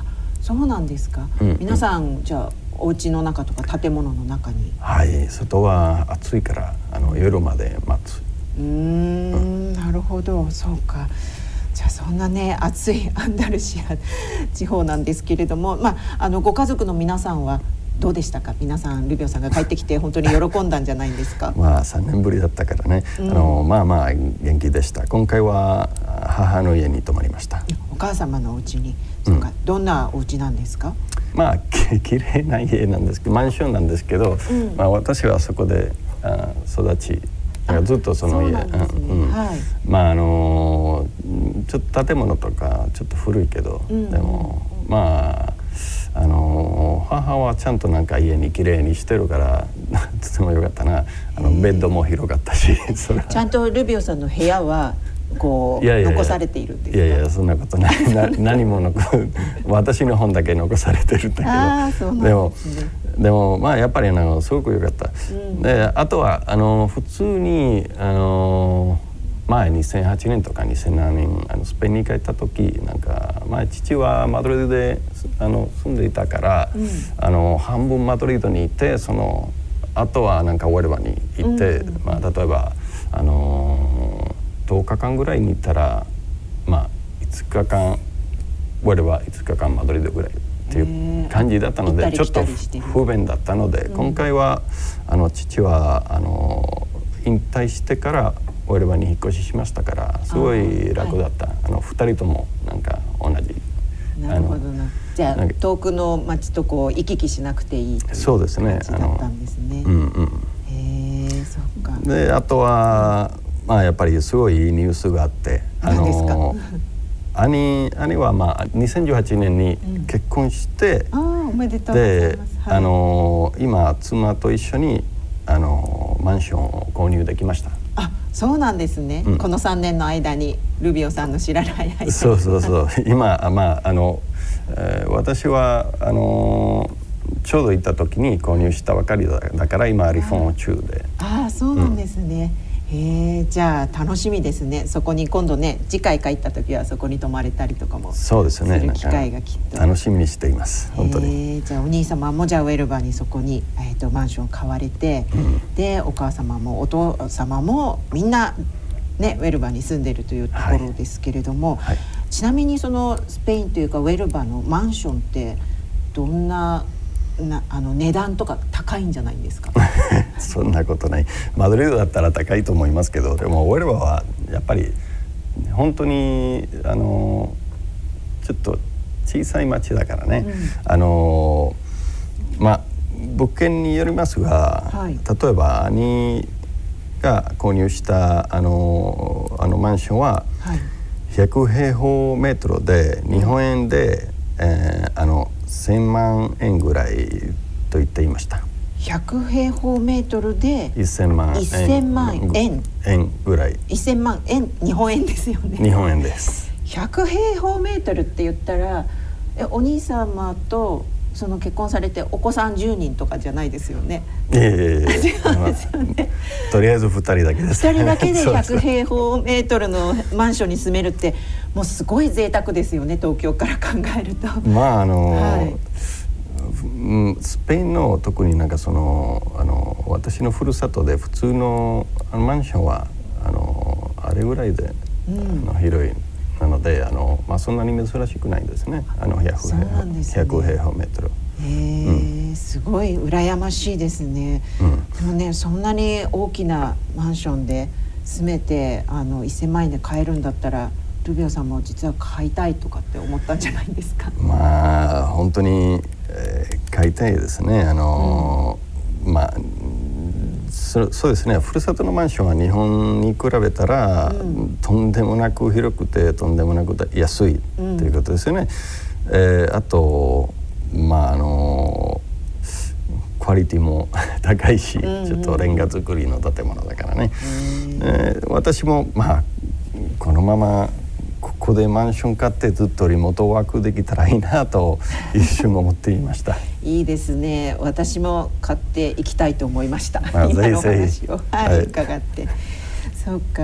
そうなんですか、うんうん、皆さんじゃあお家の中とか建物の中に。 はい、外は暑いからあの夜まで待つ。 うーん、うん、なるほど、そうか。じゃあそんなね暑いアンダルシア地方なんですけれども、まあ、あのご家族の皆さんはどうでしたか。皆さんルビオさんが帰ってきて本当に喜んだんじゃないんですか。 まあさんねんぶりだったからね、うん、あのまあまあ元気でした。今回は母の家に泊まりました。 お母様のお家に。そうか、うん、どんなお家なんですか。 まあききれいな家なんですけど、マンションなんですけど、うん、まあ、私はそこであ育ちずっとその家、まああのちょっと建物とかちょっと古いけど、うん、でもまああの母はちゃんとなんか家にきれいにしてるからとてもよかったな。あのベッドも広かったしそれちゃんとルビオさんの部屋はこういやいやいや残されているんですか。 いやいやそんなことないな何も残私の本だけ残されてるんだけど。あ、そうなんですね。でもでもまあやっぱりあのすごく良かった、うん、であとはあの普通にあの前にせんはちねんとかにせんななねんあのスペインに帰った時なんか前父はマドリードであの住んでいたから、うん、あの半分マドリードにいてそのあとはなんかウェルバに行って、うん、まあ、例えばあのとおかかんぐらいに行ったらまあいつかかんウェルバいつかかんマドリードぐらいっていう感じだったのでちょっと不便だったので、うん、今回はあの父はあの引退してからオイルバに引っ越ししましたからすごい楽だった。あ、はい、あのふたりともなんか同じ。 なるほどな。じゃあ遠くの町とこう行き来しなくていいという感じだったんですね。うんうん。へえ、そっか。 であとはまあやっぱりすごいいいニュースがあって、あの兄兄はまあにせんじゅうはちねんに結婚して、 うん、あ、おめでとうございます。 で、はい、あの今妻と一緒にあのマンションを購入できました。 あ、そうなんですね、うん、このさんねんの間にルビオさんの知らない間に。 そうそうそう今まああの、えー、私はあのちょうど行った時に購入したばかりだ、だから今リフォーム中で。 ああ、そうなんですね、うん、へえ、じゃあ楽しみですね。そこに今度ね次回帰った時はそこに泊まれたりとかもそうですね、 する機会がきっと楽しみにしています本当に。 じゃあお兄様もじゃあウェルバーにそこに、えー、とマンション買われて、うん、でお母様もお父様もみんなねウェルバーに住んでいるというところですけれども、はいはい、ちなみにそのスペインというかウェルバーのマンションってどんななあの値段とか高いんじゃないんですか。 そんなことない。マドリードだったら高いと思いますけど、でもウェルバーはやっぱり本当にあのちょっと小さい町だからね、うん、あのまあ物件によりますが、はい、例えば兄が購入したあのあのマンションはひゃくへいほうメートルで日本円で、えー、あのせんまんえんぐらいと言っていました。 ひゃくへいほうメートルでせんまんえん、 せんまんえん円ぐらい。 せんまんえん、日本円ですよね。 日本円です。 ひゃくへいほうメートルって言ったらえお兄様とその結婚されてお子さんじゅうにんとかじゃないですよね。 いやいやいやとりあえずふたりだけです。 ふたりだけでひゃくへいほうメートルのマンションに住めるってもうすごい贅沢ですよね、東京から考えると。 まああの、はい、スペインの特になんかそのあの私のふるさとで普通のマンションはあのあれぐらいで、うん、あの広いなのであの、まあ、そんなに珍しくないんですね。あのひゃくへいほうメートル。 へえ、うん、すごい羨ましいですね、うん、でもねそんなに大きなマンションで住めてあのせんまんえんで買えるんだったらルビオさんも実は買いたいとかって思ったんじゃないですか。 まあ本当に、えー、買いたいですね。あの、うん、まあそ, そうですね、ふるさとのマンションは日本に比べたら、うん、とんでもなく広くてとんでもなく安いということですよね、うん、えー、あとまああのクオリティも高いし、うんうん、ちょっとレンガ造りの建物だからね、えー、私もまあこのままここでマンション買ってずっとリモートワークできたらいいなと一瞬思っていました。 いいですね。私も買っていきたいと思いました。まあ、今のお話を、はいはい、伺って。そうか。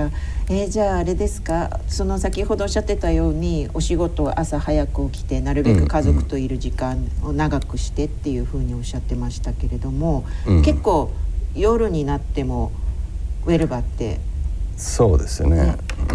えー、じゃああれですか、その先ほどおっしゃってたようにお仕事を朝早く起きてなるべく家族といる時間を長くしてっていうふうにおっしゃってましたけれども、うん、結構夜になってもウェルバってそうですね、ね、うん、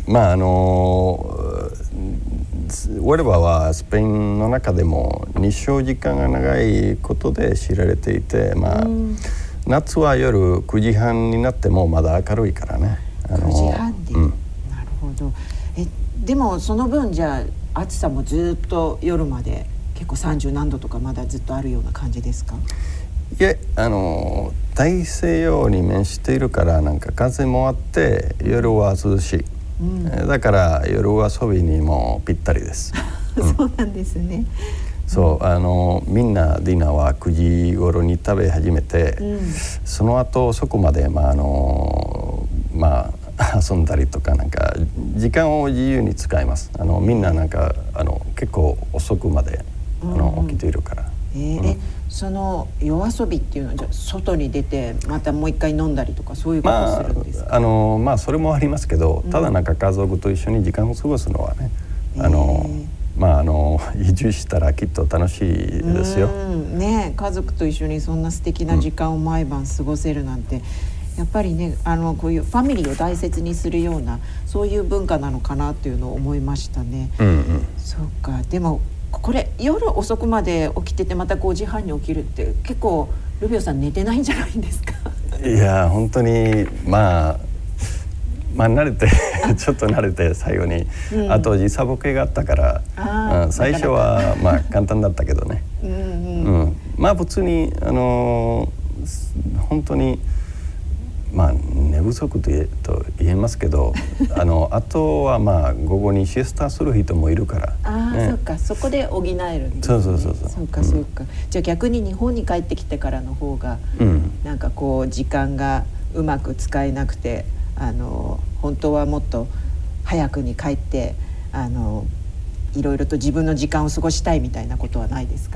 まああのウェルバはスペインの中でも日照時間が長いことで知られていて、まあ、うん、夏は夜くじはんになってもまだ明るいからね。 あのくじはんで、うん、なるほど。えでもその分じゃあ暑さもずっと夜まで結構さんじゅうなんどとかまだずっとあるような感じですか？ いえ、あの大西洋に面しているからなんか風もあって夜は涼しい、うん、だから夜遊びにもぴったりです。 そうなんですね。 そう、あのみんなディナーはくじ頃に食べ始めて、うん、その後そこまでまああのまあ遊んだりとかなんか時間を自由に使います。あのみんななんかあの結構遅くまであの、うん、起きているから。 えーうん、えその夜遊びっていうのはじゃあ外に出てまたもう一回飲んだりとかそういうことをするんですか？ まあ、あのまあそれもありますけど、ただなんか家族と一緒に時間を過ごすのはね、あの、えーまあ、あの移住したらきっと楽しいですよ。 うんね、家族と一緒にそんな素敵な時間を毎晩過ごせるなんて、うん、やっぱりねあのこういうファミリーを大切にするようなそういう文化なのかなっていうのを思いましたね。うんうん、そうか。でもこれ夜遅くまで起きててまたごじはんに起きるって結構ルビオさん寝てないんじゃないんですか？ いや本当にまあまあ慣れてちょっと慣れて最後に、うん、あと時差ボケがあったからあ、うん、最初はまあ簡単だったけどねうん、うんうん、まあ普通にあのー、本当にまあ寝不足と言え、と言えますけどあのあとはまあ午後にシエスタする人もいるからあ、ね、そうかそこで補えるんですね。 そうそうそうそうそうかそうか、うん、じゃあ逆に日本に帰ってきてからの方が、うん、なんかこう時間がうまく使えなくてあの本当はもっと早くに帰ってあのいろいろと自分の時間を過ごしたいみたいなことはないですか？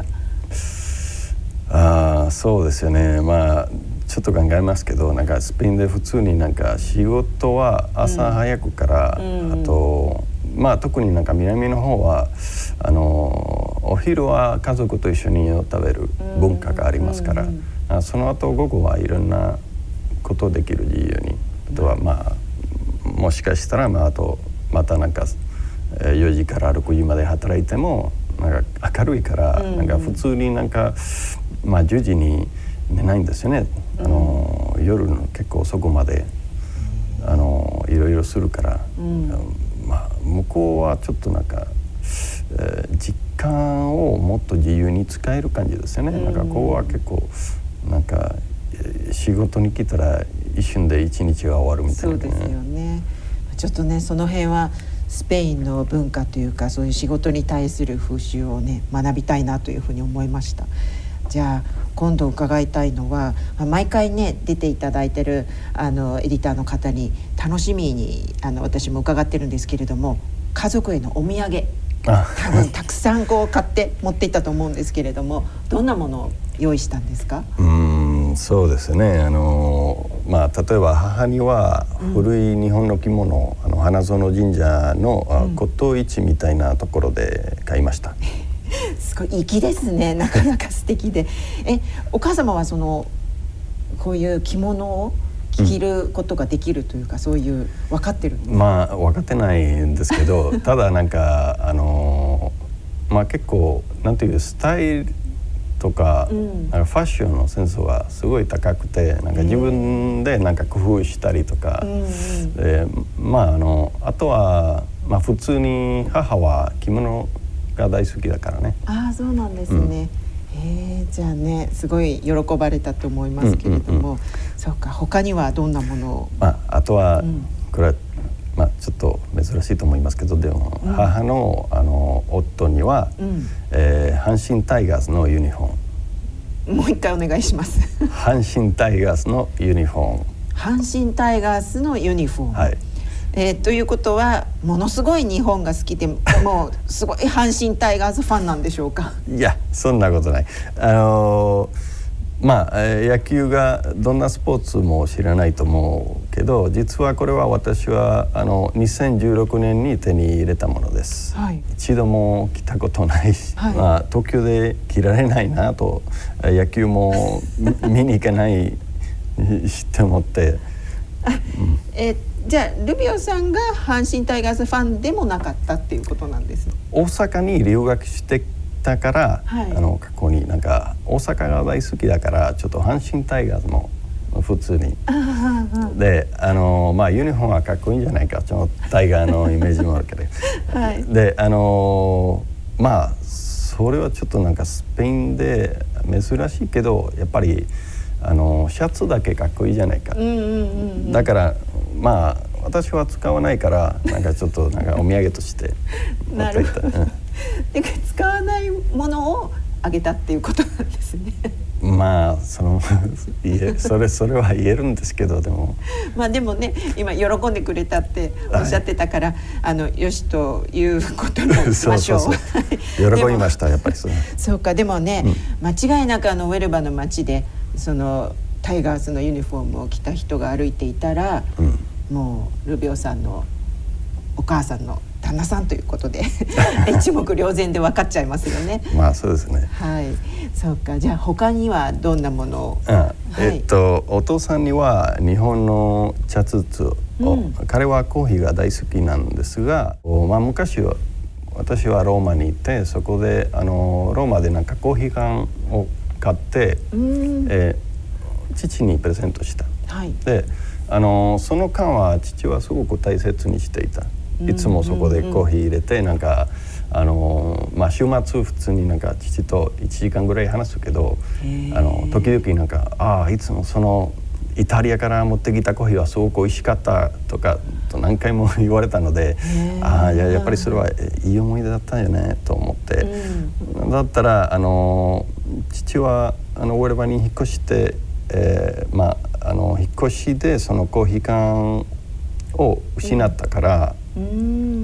あ、そうですよね。まあちょっと考えますけど、なんかスペインで普通になんか仕事は朝早くから、うん、あとまあ特になんか南の方はあのお昼は家族と一緒に食べる文化がありますから、うんうん、その後午後はいろんなことできる自由に。あとはまあもしかしたらまああとまたなんかよじからろくじまで働いてもなんか明るいからなんか普通になんかまあじゅうじに寝ないんですよね。あの夜の結構遅くまであのいろいろするから、うん、まあ向こうはちょっとなんか、えー、時間をもっと自由に使える感じですよね。うん、なんかここは結構なんか仕事に来たら一瞬で一日が終わるみたいな、ね、 そうですよね。ちょっとねその辺はスペインの文化というかそういう仕事に対する風習をね学びたいなというふうに思いました。じゃあ今度伺いたいのは毎回ね出ていただいてるあのエディターの方に楽しみにあの私も伺ってるんですけれども、家族へのお土産多分たくさんこう買って持っていったと思うんですけれども、どんなものを用意したんですか？ うーんそうですね、あのまあ例えば母には古い日本の着物、うん、あの花園神社の、うん、骨董市みたいなところで買いました。 すごい粋ですね。なかなか素敵でえお母様はそのこういう着物を着ることができるというか、うん、そういう分かってるんですか？ まあ分かってないんですけどただなんかあのまあ結構なんていうスタイルとか、うん、なんかファッションのセンスはすごい高くて、なんか自分でなんか工夫したりとか、うん、でまああのあとはまあ普通に母は着物が大好きだからね。ああそうなんですね。うん、えー、じゃあねすごい喜ばれたと思いますけれども、うんうんうん、そうか他にはどんなものを？ まああとは、うん、これはまあちょっと珍しいと思いますけど、でも、うん、母のあの夫には、うんえー、阪神タイガースのユニフォーム。もう一回お願いします。 阪神タイガースのユニフォーム。 阪神タイガースのユニフォーム。はい。えー、ということはものすごい日本が好きでもうすごい阪神タイガースファンなんでしょうか？ いやそんなことない。あのまあ野球がどんなスポーツも知らないと思うけど、実はこれは私はあのにせんじゅうろくねんに手に入れたものです、はい、一度も着たことないし、はい、まあ、東京で着られないなと、野球も見に行けないって思って、うん、 えじゃあルビオさんが阪神タイガースファンでもなかったっていうことなんです。 大阪に留学してだから、はい、あの過去になんか大阪が大好きだからちょっと阪神タイガースも普通にで、あのまあユニフォームはかっこいいんじゃないか、ちょっとタイガーのイメージもあるけど、はい、であのまあそれはちょっとなんかスペインで珍しいけど、やっぱりあのシャツだけかっこいいじゃないか、うんうんうんうん、だからまあ私は使わないからなんかちょっとなんかお土産として持っていった。 で使わないものをあげたっていうことなんですね。 まあそのそれそれは言えるんですけど、でもまあでもね、今喜んでくれたっておっしゃってたから、はい、あのよしということにしましょう。そうそうそう喜びましたやっぱりそれ。 そうか、でもね、うん、間違いなくあのウェルバの街でそのタイガースのユニフォームを着た人が歩いていたら、うん、もうルビオさんのお母さんの旦那さんということで一目瞭然で分かっちゃいますよね。 まあそうですね。 はい、そうか。じゃあ他にはどんなものを？ あ、はい、えっとお父さんには日本の茶筒を、うん、彼はコーヒーが大好きなんですが、まあ昔は私はローマにいて、そこであのローマでなんかコーヒー缶を買って、うん、えー、父にプレゼントした。はい、で、あのその缶は父はすごく大切にしていた。いつもそこでコーヒー入れて、なんかあのまあ週末普通になんか父といちじかんぐらい話すけど、あの時々なんかああいつもそのイタリアから持ってきたコーヒーはすごく美味しかったとかと何回も言われたので、ああややっぱりそれはいい思い出だったよねと思って、うん、だったらあの父はあのウェルバに引っ越して、えー、まああの引っ越しでそのコーヒー缶を失ったから、うん、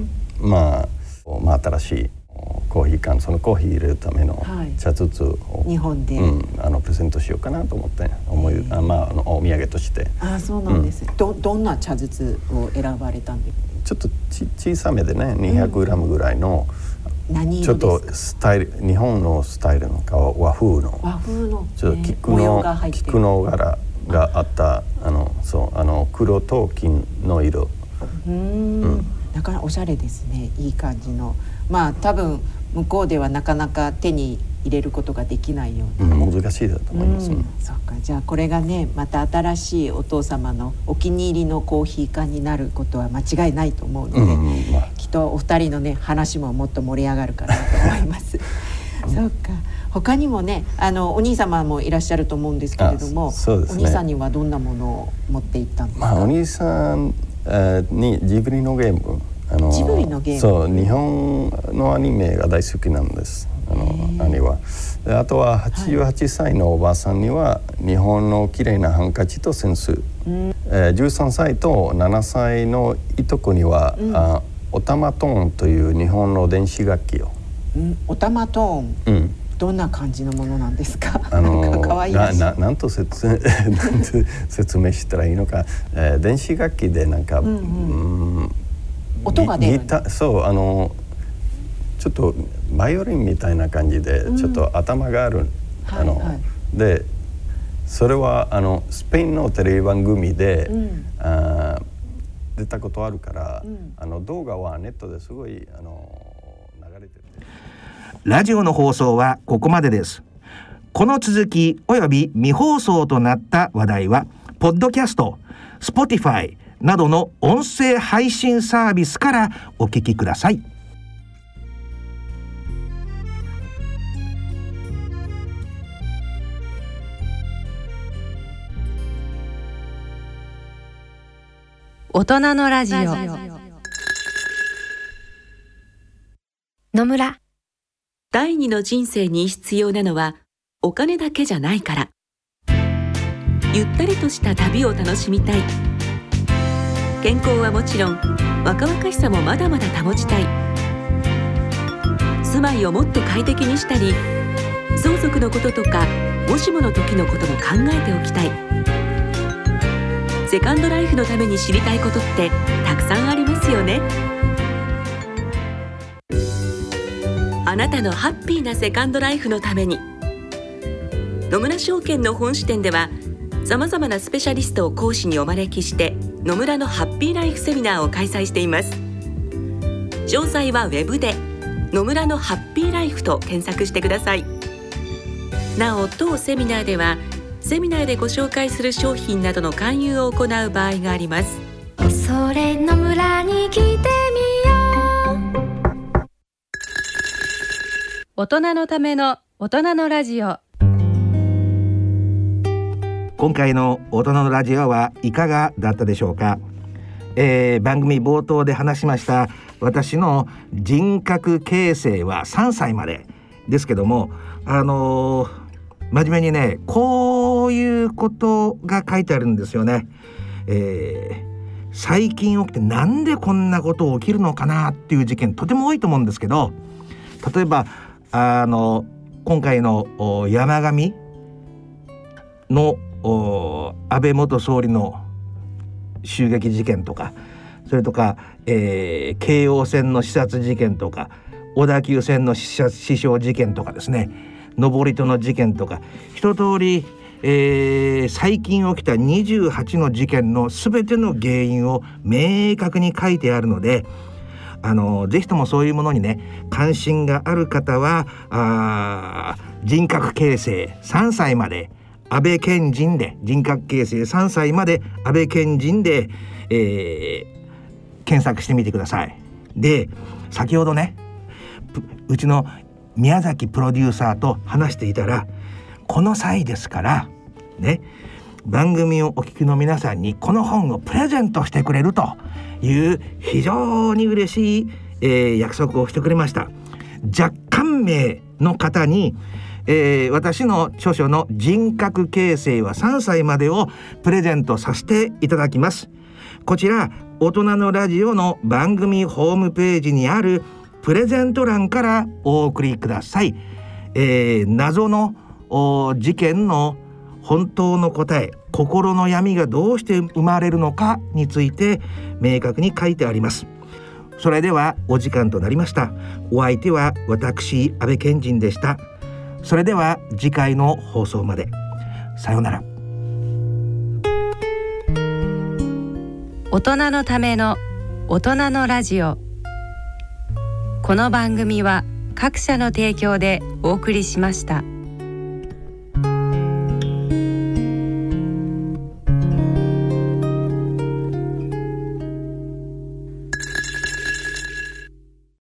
まあ、まあ新しいコーヒー缶、そのコーヒー入れるための茶筒を、 はい、日本で、 うん、あのプレゼントしようかなと思って思い、あ、まあ、あのお土産として。 あ、そうなんです、うん、ど, どんな茶筒を選ばれたんですか？ ちょっとち小さめでね、にひゃくグラムぐらいの、 うん、何ちょっとスタイル、日本のスタイルの和風の和風のちょっと菊の菊の柄があった、あのそうあの黒と金の色。 うん、うん、なかなかおしゃれですね。いい感じの。まあ多分向こうではなかなか手に入れることができないような、 うん、難しいだと思います、ね、うん、 そうか。じゃあこれがね、また新しいお父様のお気に入りのコーヒー缶になることは間違いないと思うので、うん、まあ、きっとお二人のね話ももっと盛り上がるかなと思いますそうか。他にもね、あのお兄様もいらっしゃると思うんですけれども、そうですね、お兄さんにはどんなものを持っていったんですか？ まあ、お兄さんにジブリのゲーム、あのジブリのゲーム、 そう日本のアニメが大好きなんです。あの兄は。であとははちじゅうはっさいのおばあさんには日本の綺麗なハンカチと扇子、うん、えー、じゅうさんさいとななさいのいとこには、うん、あオタマトーンという日本の電子楽器を、 うん、オタマトーン、うん、どんな感じのものなんですか？ あのかわいいらしい。なななんと説なんて説明したらいいのか、えー、電子楽器でなんか、うんうん、うん音が出る。 ギター、そうあのちょっとバイオリンみたいな感じで、うん、ちょっと頭がある、あの、はいはい、でそれはあのスペインのテレビ番組で、うん、あ出たことあるから、うん、あの動画はネットですごいあの流れてる。 ラジオの放送はここまでです。この続きおよび未放送となった話題はポッドキャスト、Spotify などの音声配信サービスからお聞きください。 大人のラジオ。 野村。 第二の人生に必要なのはお金だけじゃないから。ゆったりとした旅を楽しみたい。健康はもちろん若々しさもまだまだ保ちたい。住まいをもっと快適にしたり、相続のこととかもしもの時のことも考えておきたい。セカンドライフのために知りたいことってたくさんありますよね。あなたのハッピーなセカンドライフのために、野村証券の本支店ではさまざまなスペシャリストを講師にお招きして野村のハッピーライフセミナーを開催しています。詳細はウェブで野村のハッピーライフと検索してください。なお当セミナーではセミナーでご紹介する商品などの勧誘を行う場合があります。 それの村に来てみよう。 大人のための大人のラジオ。 今回の大人のラジオはいかがだったでしょうか。えー、番組冒頭で話しました私の人格形成はさんさいまでですけども、あのー、真面目にねこういうことが書いてあるんですよね。えー、最近起きてなんでこんなこと起きるのかなっていう事件とても多いと思うんですけど、例えばあの今回の山上の安倍元総理の襲撃事件とか、それとか、えー、京王線の刺殺事件とか小田急線の死傷事件とかですね、登戸の事件とか一通り、えー、最近起きたにじゅうはちの事件の全ての原因を明確に書いてあるので、あのぜひともそういうものにね関心がある方はあ人格形成さんさいまで安倍賢人で人格形成さんさいまで安倍賢人で、えー、検索してみてください。で先ほどねうちの宮崎プロデューサーと話していたら、この際ですからね番組をお聞きの皆さんにこの本をプレゼントしてくれるという非常に嬉しい、えー、約束をしてくれました。若干名の方に、えー、私の著書の人格形成はさんさいまでをプレゼントさせていただきます。こちら大人のラジオの番組ホームページにあるプレゼント欄からお送りください。えー、謎の事件の本当の答え、心の闇がどうして生まれるのかについて明確に書いてあります。それではお時間となりました。お相手は私安倍賢人でした。それでは次回の放送まで。さようなら。 大人のための大人のラジオ。この番組は各社の提供でお送りしました。